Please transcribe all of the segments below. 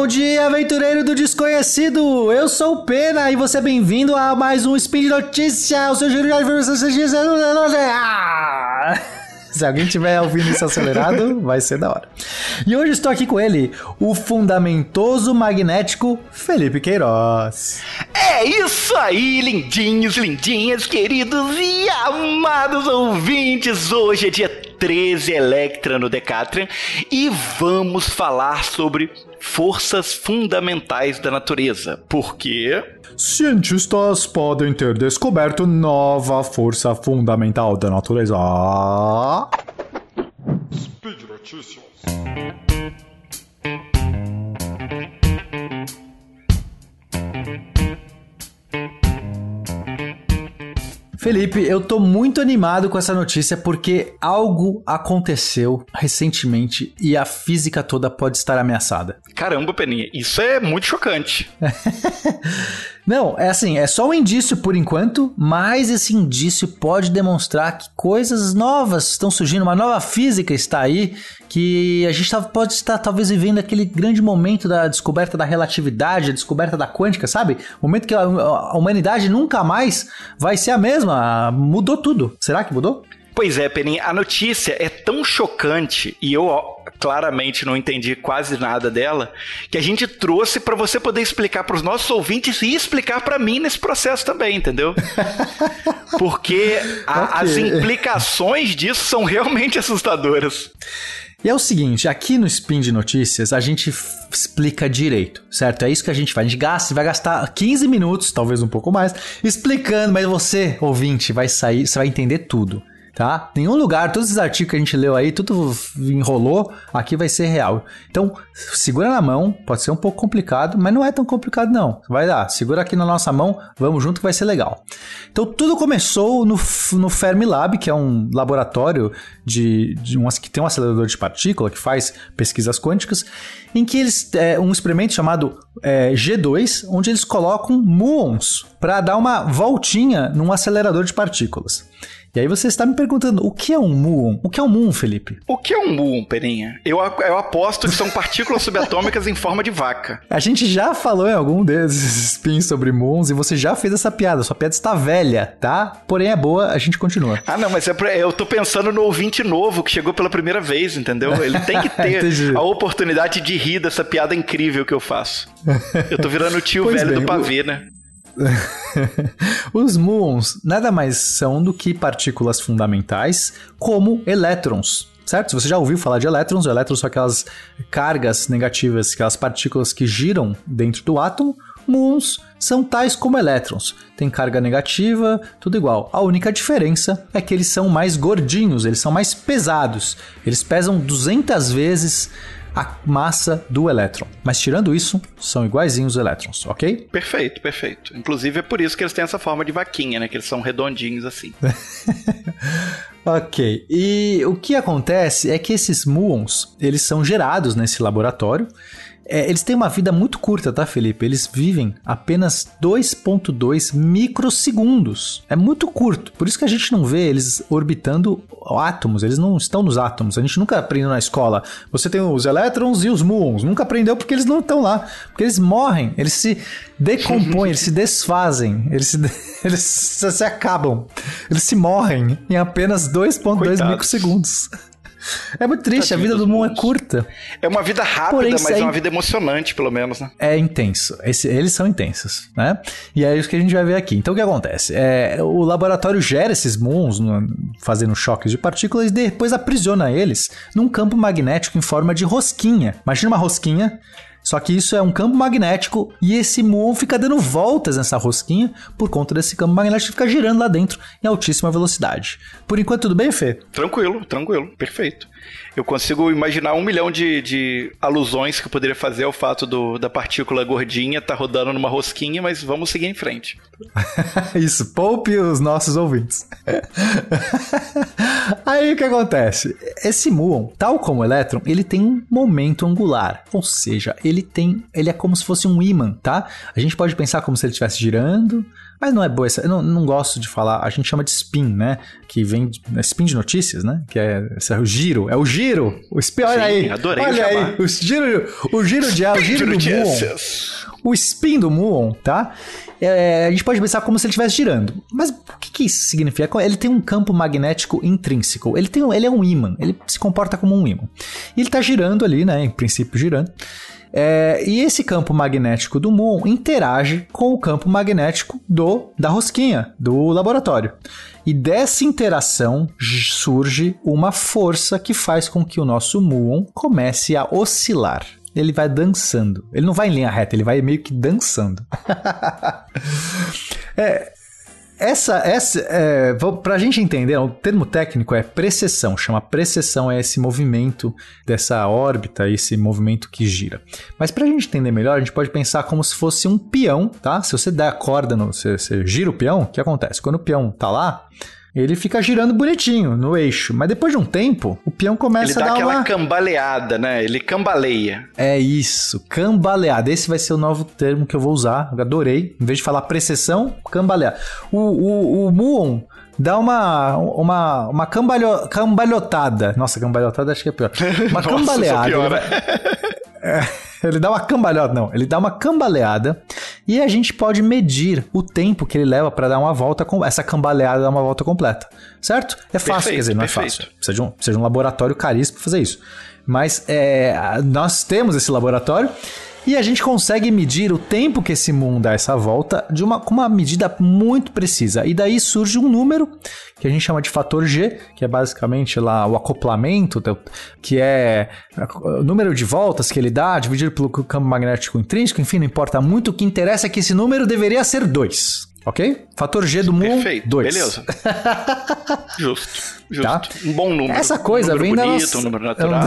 Bom dia, aventureiro do desconhecido! Eu sou o Pena e você é bem-vindo a mais um Spin de Notícia, o seu giro de Se alguém estiver ouvindo isso acelerado, vai ser da hora. E hoje estou aqui com ele, o fundamentoso magnético Felipe Queiroz. É isso aí, lindinhos, lindinhas, queridos e amados ouvintes. Hoje é dia 13 Electra no Decatrian e vamos falar sobre forças fundamentais da natureza. Por quê? Cientistas podem ter descoberto nova força fundamental da natureza. Speed Notícias. Felipe, eu tô muito animado com essa notícia porque algo aconteceu recentemente e a física toda pode estar ameaçada. Caramba, Peninha, isso é muito chocante. Não, é assim, é só um indício por enquanto, mas esse indício pode demonstrar que coisas novas estão surgindo, uma nova física está aí, que a gente pode estar talvez vivendo aquele grande momento da descoberta da relatividade, a descoberta da quântica, sabe? Momento que a humanidade nunca mais vai ser a mesma, mudou tudo. Será que mudou? Pois é, Peninha, a notícia é tão chocante e eu claramente não entendi quase nada dela, que a gente trouxe para você poder explicar para os nossos ouvintes e explicar para mim nesse processo também, entendeu? Porque as implicações disso são realmente assustadoras. E é o seguinte, aqui no Spin de Notícias a gente explica direito, certo? É isso que a gente faz. A gente vai gastar 15 minutos, talvez um pouco mais, explicando, mas você, ouvinte, vai sair, você vai entender tudo. Tá? Nenhum lugar, todos esses artigos que a gente leu aí, tudo enrolou, aqui vai ser real. Então, segura na mão, pode ser um pouco complicado, mas não é tão complicado não. Vai lá, segura aqui na nossa mão, vamos junto que vai ser legal. Então, tudo começou no Fermilab, que é um laboratório que tem um acelerador de partícula, que faz pesquisas quânticas, em que eles, um experimento chamado G2, onde eles colocam muons para dar uma voltinha num acelerador de partículas. E aí você está me perguntando, o que é um muon? O que é um muon, Felipe? O que é um muon, Peninha? Eu aposto que são partículas subatômicas em forma de vaca. A gente já falou em algum desses spins sobre muons e você já fez essa piada. Sua piada está velha, tá? Porém é boa, a gente continua. Ah, não, mas eu tô pensando no ouvinte novo que chegou pela primeira vez, entendeu? Ele tem que ter a oportunidade de rir dessa piada incrível que eu faço. Eu tô virando o tio velho do pavê, né? Os muons nada mais são do que partículas fundamentais como elétrons, certo? Se você já ouviu falar de elétrons, elétrons são aquelas cargas negativas, aquelas partículas que giram dentro do átomo. Muons são tais como elétrons, tem carga negativa, tudo igual. A única diferença é que eles são mais gordinhos, eles são mais pesados, eles pesam 200 vezes a massa do elétron. Mas tirando isso, são iguaizinhos os elétrons, ok? Perfeito, perfeito. Inclusive é por isso que eles têm essa forma de vaquinha, né? Que eles são redondinhos assim. Ok. E o que acontece é que esses muons, eles são gerados nesse laboratório. Eles têm uma vida muito curta, tá, Felipe? Eles vivem apenas 2,2 microsegundos. É muito curto. Por isso que a gente não vê eles orbitando átomos. Eles não estão nos átomos. A gente nunca aprendeu na escola. Você tem os elétrons e os muons. Nunca aprendeu porque eles não estão lá. Porque eles morrem. Eles se decompõem. Eles se desfazem. Eles se acabam. Eles se morrem em apenas 2,2 microsegundos. É muito triste, a vida do muon é curta. É uma vida rápida, mas é uma vida emocionante, pelo menos, né? É intenso. Eles são intensos, né? E é isso que a gente vai ver aqui. Então, o que acontece? O laboratório gera esses muons, fazendo choques de partículas, e depois aprisiona eles num campo magnético em forma de rosquinha. Imagina uma rosquinha. Só que isso é um campo magnético e esse muon fica dando voltas nessa rosquinha por conta desse campo magnético que fica girando lá dentro em altíssima velocidade. Por enquanto, tudo bem, Fê? Tranquilo, perfeito. Eu consigo imaginar 1 milhão de alusões que eu poderia fazer ao fato da partícula gordinha tá rodando numa rosquinha, mas vamos seguir em frente. Isso, poupe os nossos ouvintes. Aí o que acontece? Esse muon, tal como o elétron, ele tem um momento angular, ou seja, ele é como se fosse um ímã, tá? A gente pode pensar como se ele estivesse girando, mas não é boa essa, eu não gosto de falar, a gente chama de spin, né? Que vem spin de notícias, né? Que é o giro, É o giro. Olha aí. Adorei olha aí. O giro de ar, o giro do muon. O spin do muon, tá? A gente pode pensar como se ele estivesse girando. Mas o que isso significa? Ele tem um campo magnético intrínseco. Ele é um ímã. Ele se comporta como um ímã. E ele tá girando ali, né? Em princípio, girando. E esse campo magnético do muon interage com o campo magnético da rosquinha, do laboratório. E dessa interação surge uma força que faz com que o nosso muon comece a oscilar. Ele vai dançando. Ele não vai em linha reta, ele vai meio que dançando. Pra gente entender, o termo técnico é precessão. Chama precessão, é esse movimento dessa órbita, esse movimento que gira. Mas pra gente entender melhor, a gente pode pensar como se fosse um peão, tá? Se você der a corda, você gira o peão, o que acontece? Quando o peão tá lá, ele fica girando bonitinho no eixo, mas depois de um tempo, o peão começa a dar aquela cambaleada, né? Ele cambaleia. É isso, cambaleada. Esse vai ser o novo termo que eu vou usar. Eu adorei. Em vez de falar precessão, cambalear. O muon dá uma cambalhotada. Nossa, cambalhotada acho que é pior. Uma cambaleada. Ele dá uma cambalhota, não. Ele dá uma cambaleada e a gente pode medir o tempo que ele leva para dar uma volta, essa cambaleada dar uma volta completa, certo? É fácil, perfeito, quer dizer, não é fácil. Precisa de um laboratório caríssimo para fazer isso. Mas nós temos esse laboratório e a gente consegue medir o tempo que esse muon dá essa volta com uma medida muito precisa. E daí surge um número que a gente chama de fator G, que é basicamente lá o acoplamento, que é o número de voltas que ele dá, dividido pelo campo magnético intrínseco, enfim, não importa muito. O que interessa é que esse número deveria ser 2, ok? Fator G do muon, 2. Beleza. Justo. Tá? Um bom número. Essa coisa vem da nossa... um número natural.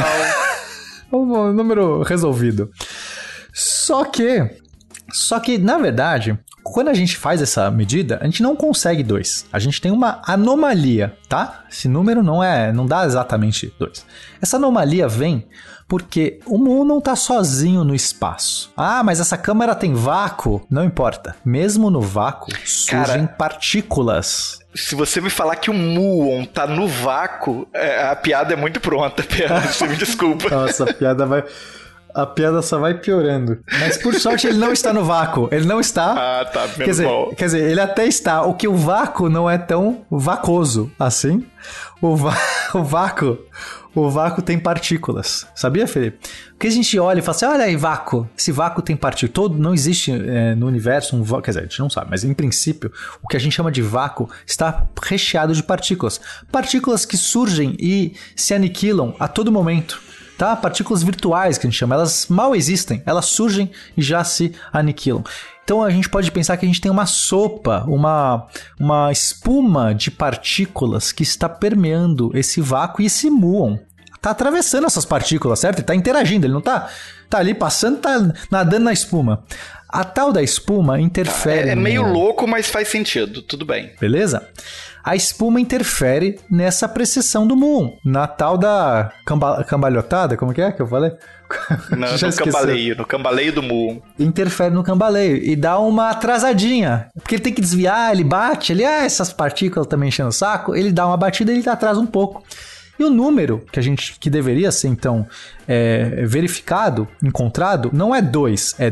Um número resolvido. Só que, na verdade, quando a gente faz essa medida, a gente não consegue 2. A gente tem uma anomalia, tá? Esse número não dá exatamente 2. Essa anomalia vem porque o muon não está sozinho no espaço. Ah, mas essa câmara tem vácuo? Não importa. Mesmo no vácuo, surgem partículas. Se você me falar que o muon tá no vácuo, a piada é muito pronta, você me desculpa. Nossa, a piada só vai piorando. Mas por sorte ele não está no vácuo. Ele não está. Ah, tá. Quer dizer, ele até está. O que o vácuo não é tão vacoso assim. O vácuo tem partículas. Sabia, Felipe? Porque a gente olha e fala assim, olha aí, vácuo. Esse vácuo tem partículas. Não existe no universo um vácuo. Quer dizer, a gente não sabe, mas em princípio, o que a gente chama de vácuo está recheado de partículas. Partículas que surgem e se aniquilam a todo momento. Tá? Partículas virtuais que a gente chama, elas mal existem, elas surgem e já se aniquilam. Então a gente pode pensar que a gente tem uma sopa, uma espuma de partículas que está permeando esse vácuo e esse muon está atravessando essas partículas, certo? Ele está interagindo, ele não está ali passando, está nadando na espuma. A tal da espuma interfere... É meio louco, mas faz sentido, tudo bem. Beleza? A espuma interfere nessa precessão do muon, na tal da cambalhotada, como que eu falei? No cambaleio do muon. Interfere no cambaleio e dá uma atrasadinha, porque ele tem que desviar, ele bate, essas partículas também enchendo o saco, ele dá uma batida e ele atrasa um pouco. E o número que deveria ser, então, verificado, encontrado, não é 2, é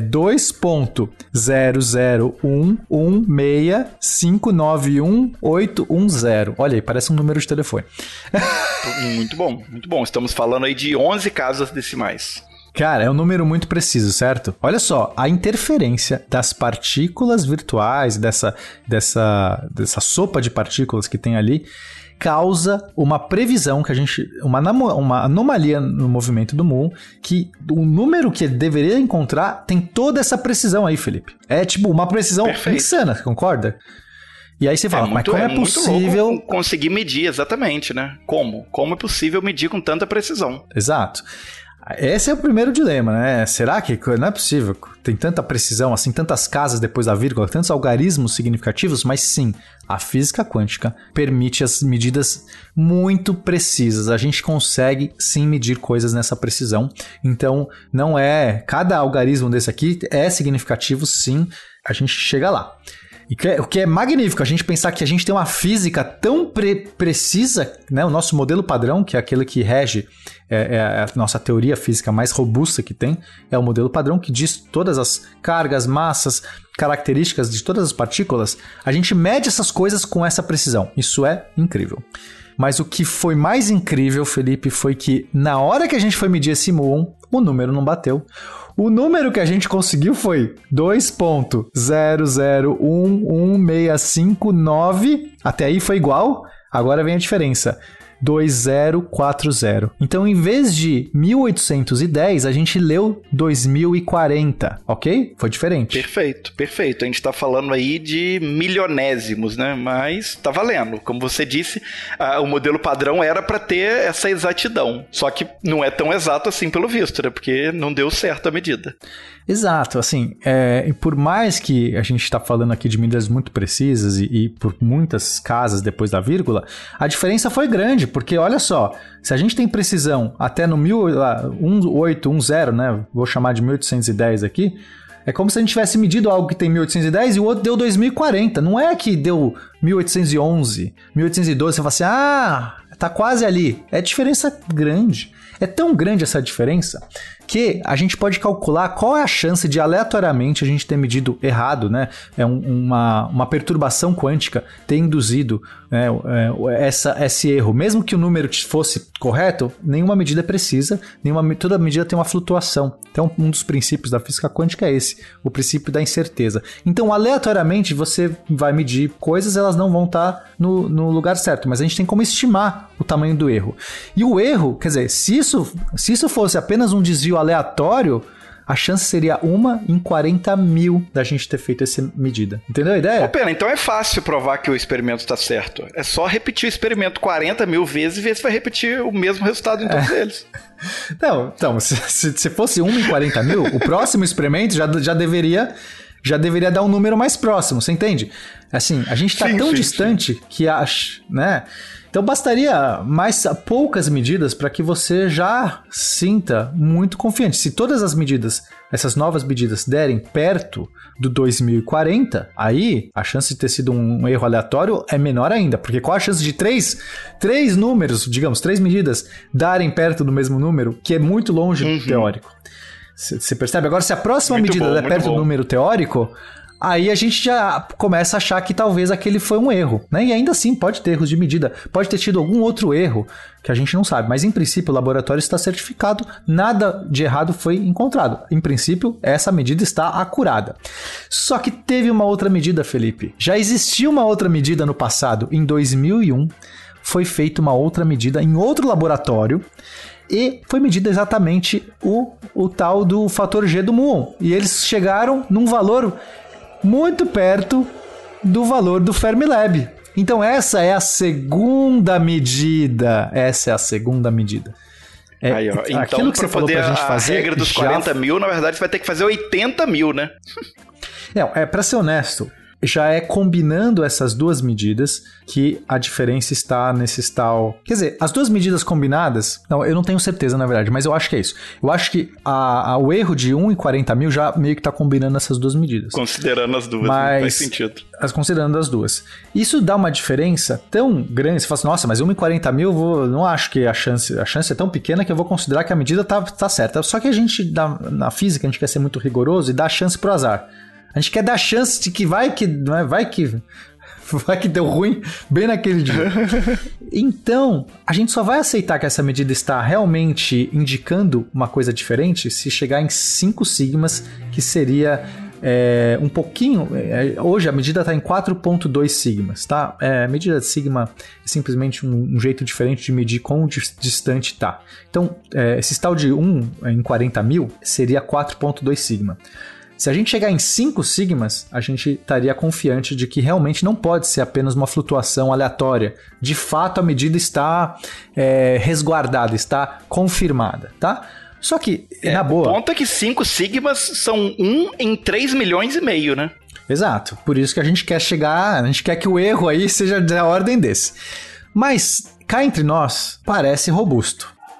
2.00116591810. Olha aí, parece um número de telefone. Muito bom, muito bom. Estamos falando aí de 11 casas decimais. Cara, é um número muito preciso, certo? Olha só, a interferência das partículas virtuais, dessa sopa de partículas que tem ali, causa uma previsão que uma anomalia no movimento do muon, que o número que ele deveria encontrar tem toda essa precisão aí, Felipe. É tipo uma precisão insana, concorda? E aí você fala, mas como é possível... Muito louco conseguir medir, exatamente, né? Como? Como é possível medir com tanta precisão? Exato. Esse é o primeiro dilema, né? Será que não é possível? Tem tanta precisão, assim, tantas casas depois da vírgula, tantos algarismos significativos, mas sim, a física quântica permite as medidas muito precisas. A gente consegue sim medir coisas nessa precisão. Então, não é... Cada algarismo desse aqui é significativo, sim. A gente chega lá. O que é magnífico, a gente pensar que a gente tem uma física tão precisa, né? O nosso modelo padrão, que é aquele que rege a nossa teoria física mais robusta que tem, é o modelo padrão que diz todas as cargas, massas, características de todas as partículas. A gente mede essas coisas com essa precisão. Isso é incrível. Mas o que foi mais incrível, Felipe, foi que na hora que a gente foi medir esse muon, o número não bateu. O número que a gente conseguiu foi 2.0011659. Até aí foi igual. Agora vem a diferença. 2040. Então, em vez de 1810, a gente leu 2040, ok? Foi diferente. Perfeito. A gente tá falando aí de milionésimos, né? Mas tá valendo. Como você disse, o modelo padrão era para ter essa exatidão. Só que não é tão exato assim, pelo visto, né? Porque não deu certo a medida. Exato, assim, e por mais que a gente está falando aqui de medidas muito precisas e por muitas casas depois da vírgula, a diferença foi grande, porque olha só, se a gente tem precisão até no 1810, né, vou chamar de 1810 aqui, é como se a gente tivesse medido algo que tem 1810 e o outro deu 2040, não é que deu 1811, 1812, você fala assim, tá quase ali, é diferença grande. É tão grande essa diferença que a gente pode calcular qual é a chance de aleatoriamente a gente ter medido errado, né? Uma perturbação quântica ter induzido, né, esse erro. Mesmo que o número fosse correto, nenhuma medida é precisa, toda medida tem uma flutuação. Então, um dos princípios da física quântica é esse, o princípio da incerteza. Então, aleatoriamente, você vai medir coisas, elas não vão estar no lugar certo, mas a gente tem como estimar o tamanho do erro. E o erro, quer dizer, se isso fosse apenas um desvio aleatório, a chance seria 1 em 40 mil da gente ter feito essa medida. Entendeu a ideia? Pena, então é fácil provar que o experimento está certo. É só repetir o experimento 40 mil vezes e ver se vai repetir o mesmo resultado em todos eles. Não, então, se fosse 1 em 40 mil, o próximo experimento já deveria dar um número mais próximo, você entende? Assim, a gente está tão distante que né? Então bastaria mais poucas medidas para que você já sinta muito confiante. Se todas as medidas, essas novas medidas derem perto do 2040, aí a chance de ter sido um erro aleatório é menor ainda, porque qual a chance de três números, digamos, 3 medidas darem perto do mesmo número, que é muito longe do teórico? Você percebe? Agora, se a próxima medida der perto do número teórico, aí a gente já começa a achar que talvez aquele foi um erro, né? E ainda assim pode ter erros de medida, pode ter tido algum outro erro que a gente não sabe, mas em princípio o laboratório está certificado, nada de errado foi encontrado. Em princípio, essa medida está acurada. Só que teve uma outra medida, Felipe. Já existia uma outra medida no passado, em 2001, foi feita uma outra medida em outro laboratório, e foi medido exatamente o tal do fator G do muon. E eles chegaram num valor muito perto do valor do Fermilab. Então essa é a segunda medida. Aí, ó. Então, aquilo que você falou pra gente fazer, a regra dos 40 mil, na verdade, você vai ter que fazer 80 mil, né? Não, pra ser honesto, já é combinando essas duas medidas que a diferença está nesse tal... Quer dizer, as duas medidas combinadas... Não, eu não tenho certeza, na verdade, mas eu acho que é isso. Eu acho que o erro de 1 em 40 mil já meio que está combinando essas duas medidas. Considerando as duas, mas, faz sentido. Considerando as duas. Isso dá uma diferença tão grande, você fala assim, nossa, mas 1 em 40 mil, não acho que a chance é tão pequena que eu vou considerar que a medida tá certa. Só que a gente, na física, a gente quer ser muito rigoroso e dá chance pro azar. A gente quer dar chance de que vai que deu ruim bem naquele dia. Então, a gente só vai aceitar que essa medida está realmente indicando uma coisa diferente se chegar em 5 sigmas, que seria um pouquinho... hoje a medida está em 4.2 sigmas, tá? A medida de sigma é simplesmente um jeito diferente de medir quão distante está. Então, esse tal de 1 em 40 mil seria 4.2 sigma. Se a gente chegar em 5 sigmas, a gente estaria confiante de que realmente não pode ser apenas uma flutuação aleatória. De fato, a medida está resguardada, está confirmada, tá? Só que, na boa... O ponto é que 5 sigmas são 1 em 3 milhões e meio, né? Exato. Por isso que a gente quer chegar... A gente quer que o erro aí seja da ordem desse. Mas, cá entre nós, parece robusto.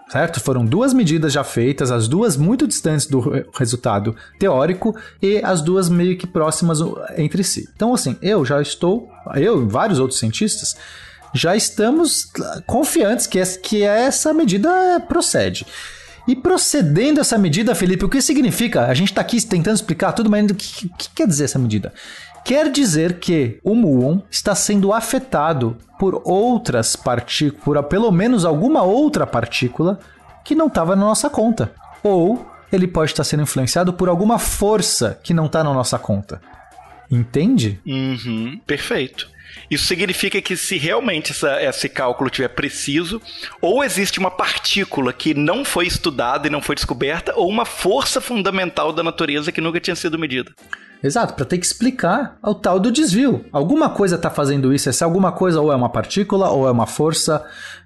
certo? Foram 2 medidas já feitas, as duas muito distantes do resultado teórico e as duas meio que próximas entre si. Então, assim, eu e vários outros cientistas, já estamos confiantes que essa medida procede. E procedendo essa medida, Felipe, o que significa? A gente está aqui tentando explicar tudo, mas o que quer dizer essa medida? Quer dizer que o muon está sendo afetado por outras partículas, por pelo menos alguma outra partícula que não estava na nossa conta. Ou ele pode estar sendo influenciado por alguma força que não está na nossa conta. Entende? Perfeito. Isso significa que se realmente esse cálculo estiver preciso, ou existe uma partícula que não foi estudada e não foi descoberta, ou uma força fundamental da natureza que nunca tinha sido medida. Exato, para ter que explicar o tal do desvio. Alguma coisa está fazendo isso, essa alguma coisa ou é uma partícula ou é uma força,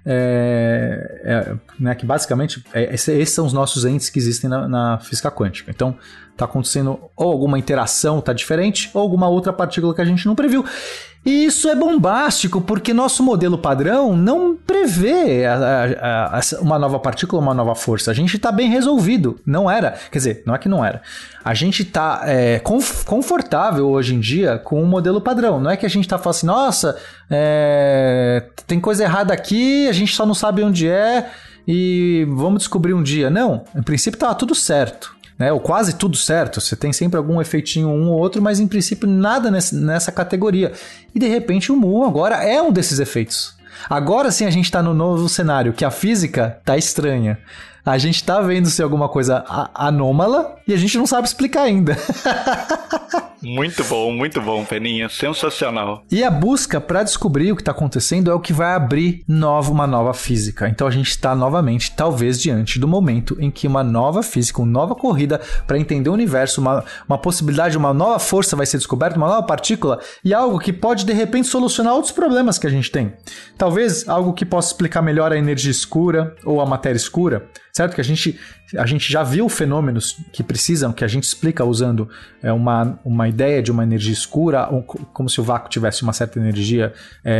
né, que basicamente esses são os nossos entes que existem na física quântica. Então está acontecendo ou alguma interação está diferente ou alguma outra partícula que a gente não previu. E isso é bombástico, porque nosso modelo padrão não prevê uma nova partícula, uma nova força. A gente está bem resolvido. Não era. Quer dizer, não é que não era. A gente está confortável hoje em dia com o modelo padrão. Não é que a gente está falando assim, nossa, tem coisa errada aqui, a gente só não sabe onde é e vamos descobrir um dia. Não, em princípio estava tudo certo. Ou quase tudo certo, você tem sempre algum efeitinho um ou outro, mas em princípio nada nessa categoria. E de repente o muon agora é um desses efeitos. Agora sim a gente está no novo cenário, que a física está estranha. A gente está vendo se alguma coisa anômala e a gente não sabe explicar ainda. Muito bom, Peninha. Sensacional. E a busca para descobrir o que está acontecendo é o que vai abrir uma nova física. Então a gente está novamente, talvez, diante do momento em que uma nova física, uma nova corrida para entender o universo, uma possibilidade, uma nova força vai ser descoberta, uma nova partícula e algo que pode, de repente, solucionar outros problemas que a gente tem. Talvez algo que possa explicar melhor a energia escura ou a matéria escura. Certo? Que a gente já viu fenômenos que a gente explica usando uma ideia de uma energia escura, como se o vácuo tivesse uma certa energia,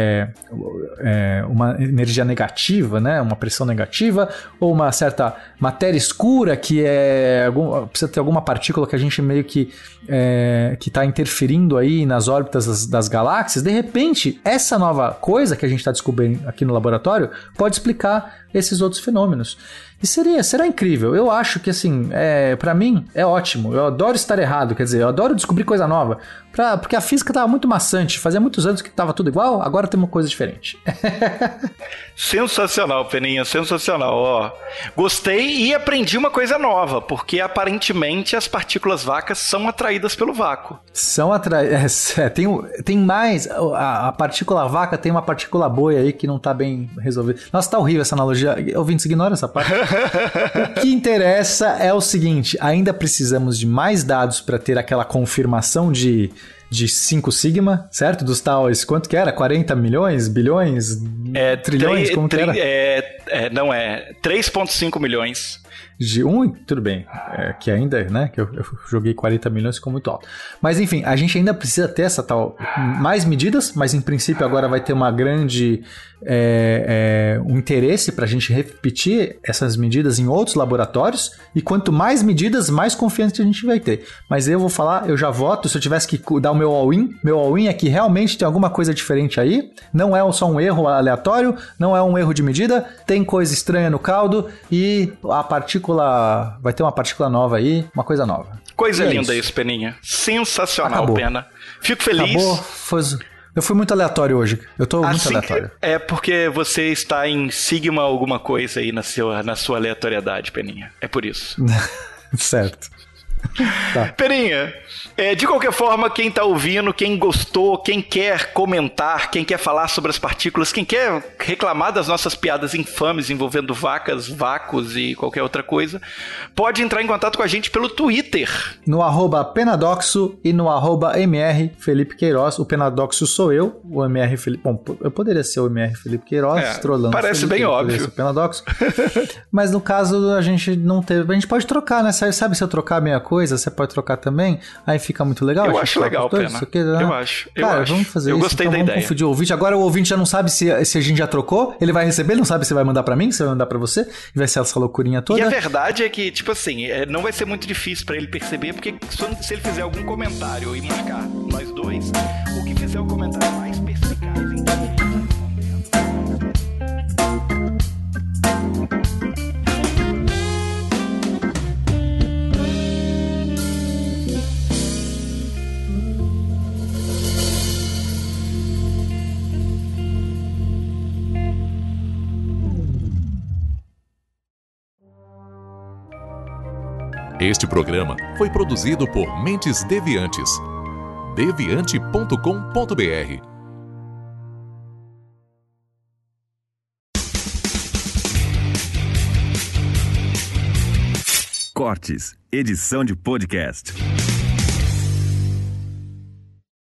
uma energia negativa, né? Uma pressão negativa, ou uma certa matéria escura que precisa ter alguma partícula que a gente meio que está interferindo aí nas órbitas das galáxias. De repente, essa nova coisa que a gente está descobrindo aqui no laboratório pode explicar esses outros fenômenos. E será incrível. Eu acho que, assim, pra mim, é ótimo. Eu adoro estar errado, quer dizer, eu adoro descobrir coisa nova. Porque a física estava muito maçante. Fazia muitos anos que estava tudo igual, agora tem uma coisa diferente. Sensacional, Peninha, sensacional. Ó, gostei e aprendi uma coisa nova, porque aparentemente as partículas vacas são atraídas pelo vácuo. São atraídas. Tem mais. A partícula vaca tem uma partícula boi aí que não está bem resolvida. Nossa, tá horrível essa analogia. Ouvintes, ignora essa parte. O que interessa é o seguinte: ainda precisamos de mais dados para ter aquela confirmação de 5 sigma, certo? Dos tais, quanto que era? 40 milhões? Bilhões? Trilhões? Como que era? 3,5 milhões. De tudo bem, que ainda, né, que eu joguei 40 milhões, ficou muito alto. Mas enfim, a gente ainda precisa ter essa tal, mais medidas, mas em princípio agora vai ter uma grande, um interesse para a gente repetir essas medidas em outros laboratórios, e quanto mais medidas, mais confiança a gente vai ter. Mas eu vou falar, eu já voto, se eu tivesse que dar o meu all-in é que realmente tem alguma coisa diferente aí, não é só um erro aleatório, não é um erro de medida, tem coisa estranha no caldo, e a partícula vai ter uma partícula nova aí, uma coisa nova. Coisa linda isso, Peninha. Sensacional, acabou. Pena. Fico feliz. Acabou. Eu fui muito aleatório hoje. Eu tô muito aleatório. É porque você está em sigma alguma coisa aí na sua aleatoriedade, Peninha. É por isso. Certo. Tá. Peninha, de qualquer forma, quem tá ouvindo, quem gostou, quem quer comentar, quem quer falar sobre as partículas, quem quer reclamar das nossas piadas infames envolvendo vacas, vácuos e qualquer outra coisa, pode entrar em contato com a gente pelo Twitter. No @penadoxo e no @MR Felipe Queiroz. O Penadoxo sou eu, o MR Felipe... Bom, eu poderia ser o MR Felipe Queiroz, trolando. Parece Felipe, bem óbvio. O Penadoxo. Mas no caso, a gente não teve... A gente pode trocar, né? Sabe se eu trocar minha coisa, você pode trocar também, aí fica muito legal. Eu acho legal, Pena. Eu acho. Cara, vamos fazer isso. Eu gostei então, da vamos ideia. confundir o ouvinte. Agora o ouvinte já não sabe se a gente já trocou, ele vai receber, ele não sabe se vai mandar pra mim, se vai mandar pra você, e vai ser essa loucurinha toda. E a verdade é que, tipo assim, não vai ser muito difícil pra ele perceber, porque se ele fizer algum comentário e marcar nós dois, o que fizer o comentário mais perspicaz, Este programa foi produzido por Mentes Deviantes. deviante.com.br. Cortes, edição de podcast.